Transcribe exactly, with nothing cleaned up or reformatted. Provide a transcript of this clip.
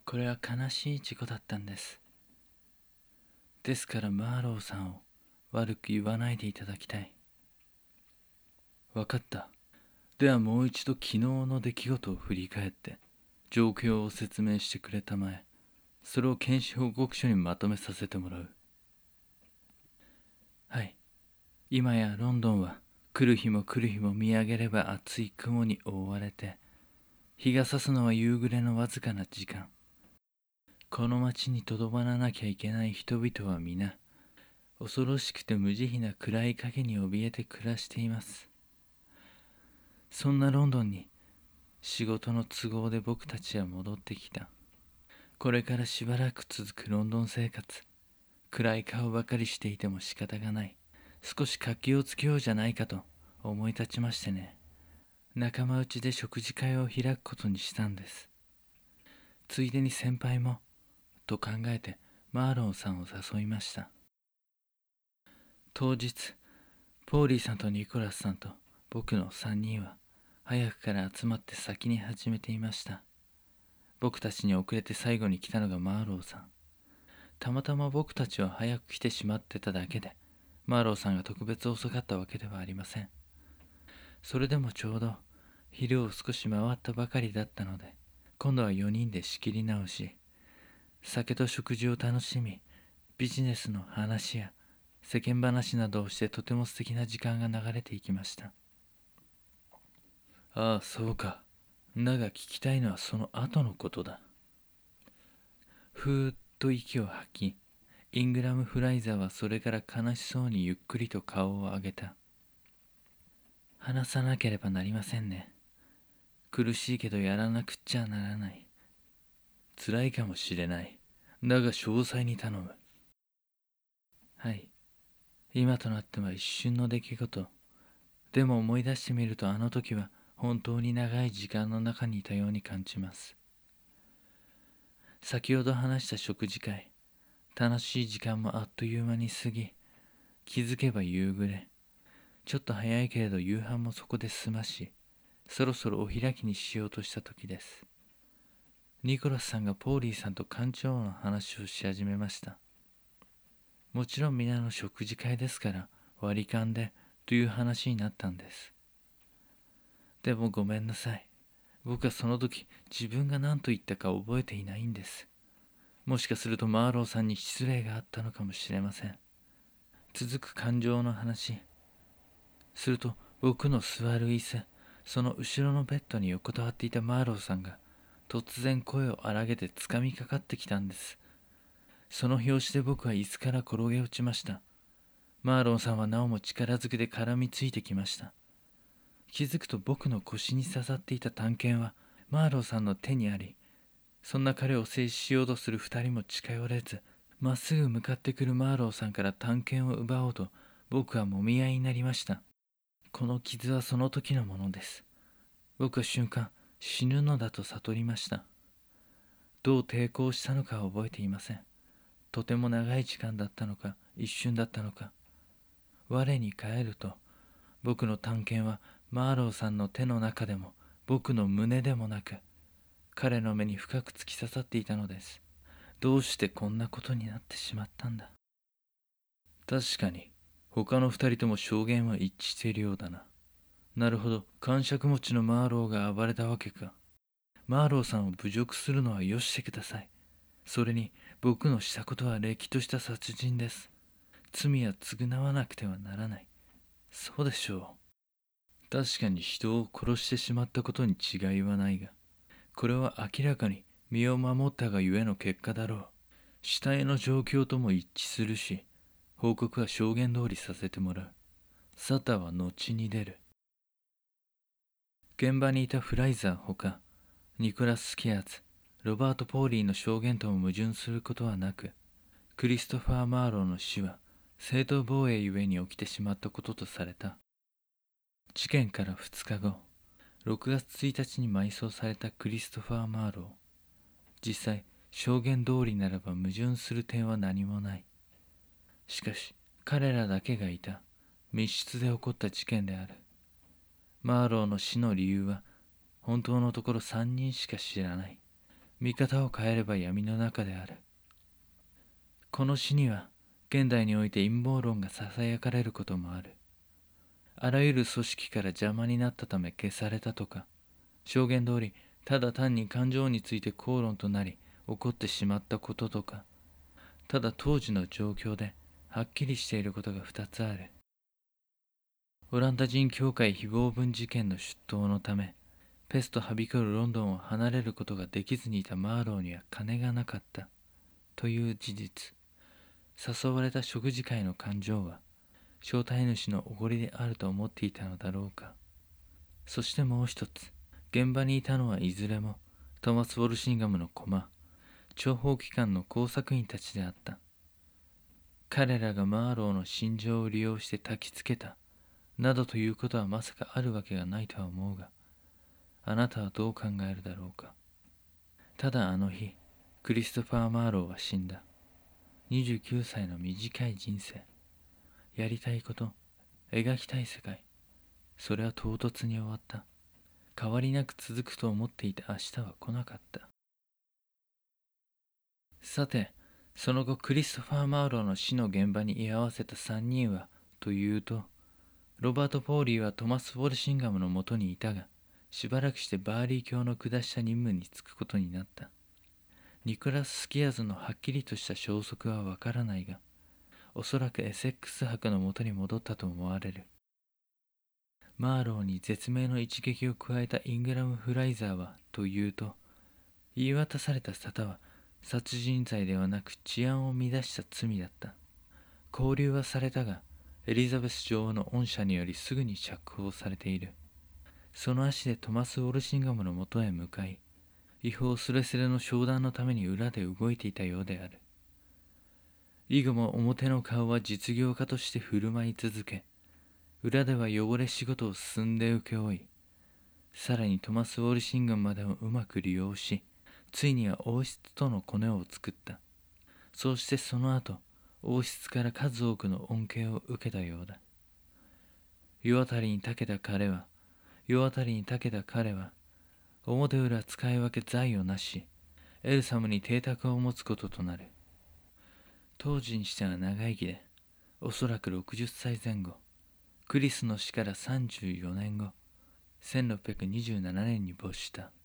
これは悲しい事故だったんです。ですからマーロウさんを悪く言わないでいただきたい。わかった。ではもう一度昨日の出来事を振り返って状況を説明してくれたまえ。それを検視報告書にまとめさせてもらう。はい。今やロンドンは来る日も来る日も見上げれば厚い雲に覆われて、日が差すのは夕暮れのわずかな時間。この町にとどまらなきゃいけない人々は皆恐ろしくて無慈悲な暗い影に怯えて暮らしています。そんなロンドンに仕事の都合で僕たちは戻ってきた。これからしばらく続くロンドン生活、暗い顔ばかりしていても仕方がない。少し活気をつけようじゃないかと思い立ちましてね。仲間内で食事会を開くことにしたんです。ついでに先輩もと考えてマーロンさんを誘いました。当日、ポーリーさんとニコラスさんと僕のさんにんは早くから集まって先に始めていました。僕たちに遅れて最後に来たのがマーロウさん。たまたま僕たちは早く来てしまってただけで、マーロウさんが特別遅かったわけではありません。それでもちょうど昼を少し回ったばかりだったので、今度はよにんで仕切り直し、酒と食事を楽しみ、ビジネスの話や世間話などをしてとても素敵な時間が流れていきました。ああ、そうか。だが聞きたいのはその後のことだ。ふーっと息を吐き、イングラム・フライザーはそれから悲しそうにゆっくりと顔を上げた。話さなければなりませんね。苦しいけどやらなくっちゃならない。辛いかもしれない。だが詳細に頼む。はい。今となっては一瞬の出来事。でも思い出してみるとあの時は本当に長い時間の中にいたように感じます。先ほど話した食事会、楽しい時間もあっという間に過ぎ、気づけば夕暮れ。ちょっと早いけれど夕飯もそこで済まし、そろそろお開きにしようとした時です。ニコラスさんがポーリーさんと館長の話をし始めました。もちろん皆の食事会ですから割り勘でという話になったんです。でもごめんなさい。僕はその時自分が何と言ったか覚えていないんです。もしかするとマーローさんに失礼があったのかもしれません。続く感情の話。すると僕の座る椅子、その後ろのベッドに横たわっていたマーローさんが突然声を荒げてつかみかかってきたんです。その拍子で僕は椅子から転げ落ちました。マーロンさんはなおも力ずくで絡みついてきました。気づくと僕の腰に刺さっていた短剣はマーロンさんの手にあり、そんな彼を制止しようとする二人も近寄れず、まっすぐ向かってくるマーロンさんから短剣を奪おうと僕はもみ合いになりました。この傷はその時のものです。僕は瞬間死ぬのだと悟りました。どう抵抗したのかは覚えていません。とても長い時間だったのか一瞬だったのか。我に返ると僕の短剣はマーローさんの手の中でも僕の胸でもなく彼の目に深く突き刺さっていたのです。どうしてこんなことになってしまったんだ。確かに他の二人とも証言は一致しているようだな。なるほど、癇癪持ちのマーローが暴れたわけか。マーローさんを侮辱するのはよしてください。それに僕のしたことはれっきとした殺人です。罪は償わなくてはならない。そうでしょう。確かに人を殺してしまったことに違いはないが、これは明らかに身を守ったがゆえの結果だろう。死体の状況とも一致するし、報告は証言通りさせてもらう。サタは後に出る。現場にいたフライザーほか、ニコラス・スキアーズ、ロバート・ポーリーの証言とも矛盾することはなく、クリストファー・マーローの死は正当防衛ゆえに起きてしまったこととされた。事件からふつかご、ろくがつついたちに埋葬されたクリストファー・マーロー。実際、証言通りならば矛盾する点は何もない。しかし、彼らだけがいた密室で起こった事件である。マーローの死の理由は本当のところさんにんしか知らない。 見方を変えれば闇の中である。この詩には現代において陰謀論がささやかれることもある。あらゆる組織から邪魔になったため消されたとか、証言通りただ単に感情について口論となり起こってしまったこととか、ただ当時の状況ではっきりしていることがふたつある。オランダ人教会非合文事件の出頭のため、ペストはびこるロンドンを離れることができずにいたマーローには金がなかったという事実。誘われた食事会の感情は招待主のおごりであると思っていたのだろうか。そしてもう一つ、現場にいたのはいずれもトマス・ウォルシンガムの駒、諜報機関の工作員たちであった。彼らがマーローの心情を利用して焚きつけたなどということはまさかあるわけがないとは思うが、あなたはどう考えるだろうか。ただあの日、クリストファー・マーローは死んだ。にじゅうきゅうさいの短い人生。やりたいこと、描きたい世界。それは唐突に終わった。変わりなく続くと思っていた明日は来なかった。さて、その後クリストファー・マーローの死の現場に居合わせたさんにんはというと、ロバート・ポーリーはトマス・ウォルシンガムのもとにいたが、しばらくしてバーリー卿の下した任務に就くことになった。ニコラス・スキアーズのはっきりとした消息はわからないが、おそらくエセックス伯のもとに戻ったと思われる。マーローに絶命の一撃を加えたイングラム・フライザーはというと、言い渡された沙汰は殺人罪ではなく治安を乱した罪だった。拘留はされたが、エリザベス女王の恩赦によりすぐに釈放されている。その足でトマス・ウォルシンガムのもとへ向かい、違法スレスレの商談のために裏で動いていたようである。以後も表の顔は実業家として振る舞い続け、裏では汚れ仕事を進んで請け負い、さらにトマス・ウォルシンガムまでをうまく利用し、ついには王室とのコネを作った。そうしてその後、王室から数多くの恩恵を受けたようだ。世渡りに長けた彼は、世渡りに長けた彼は、表裏使い分け財をなし、エルサムに邸宅を持つこととなる。当時にしては長生きで、おそらくろくじゅっさいぜん後、クリスの死からさんじゅうよねんご、せんろっぴゃくにじゅうななねんに没した。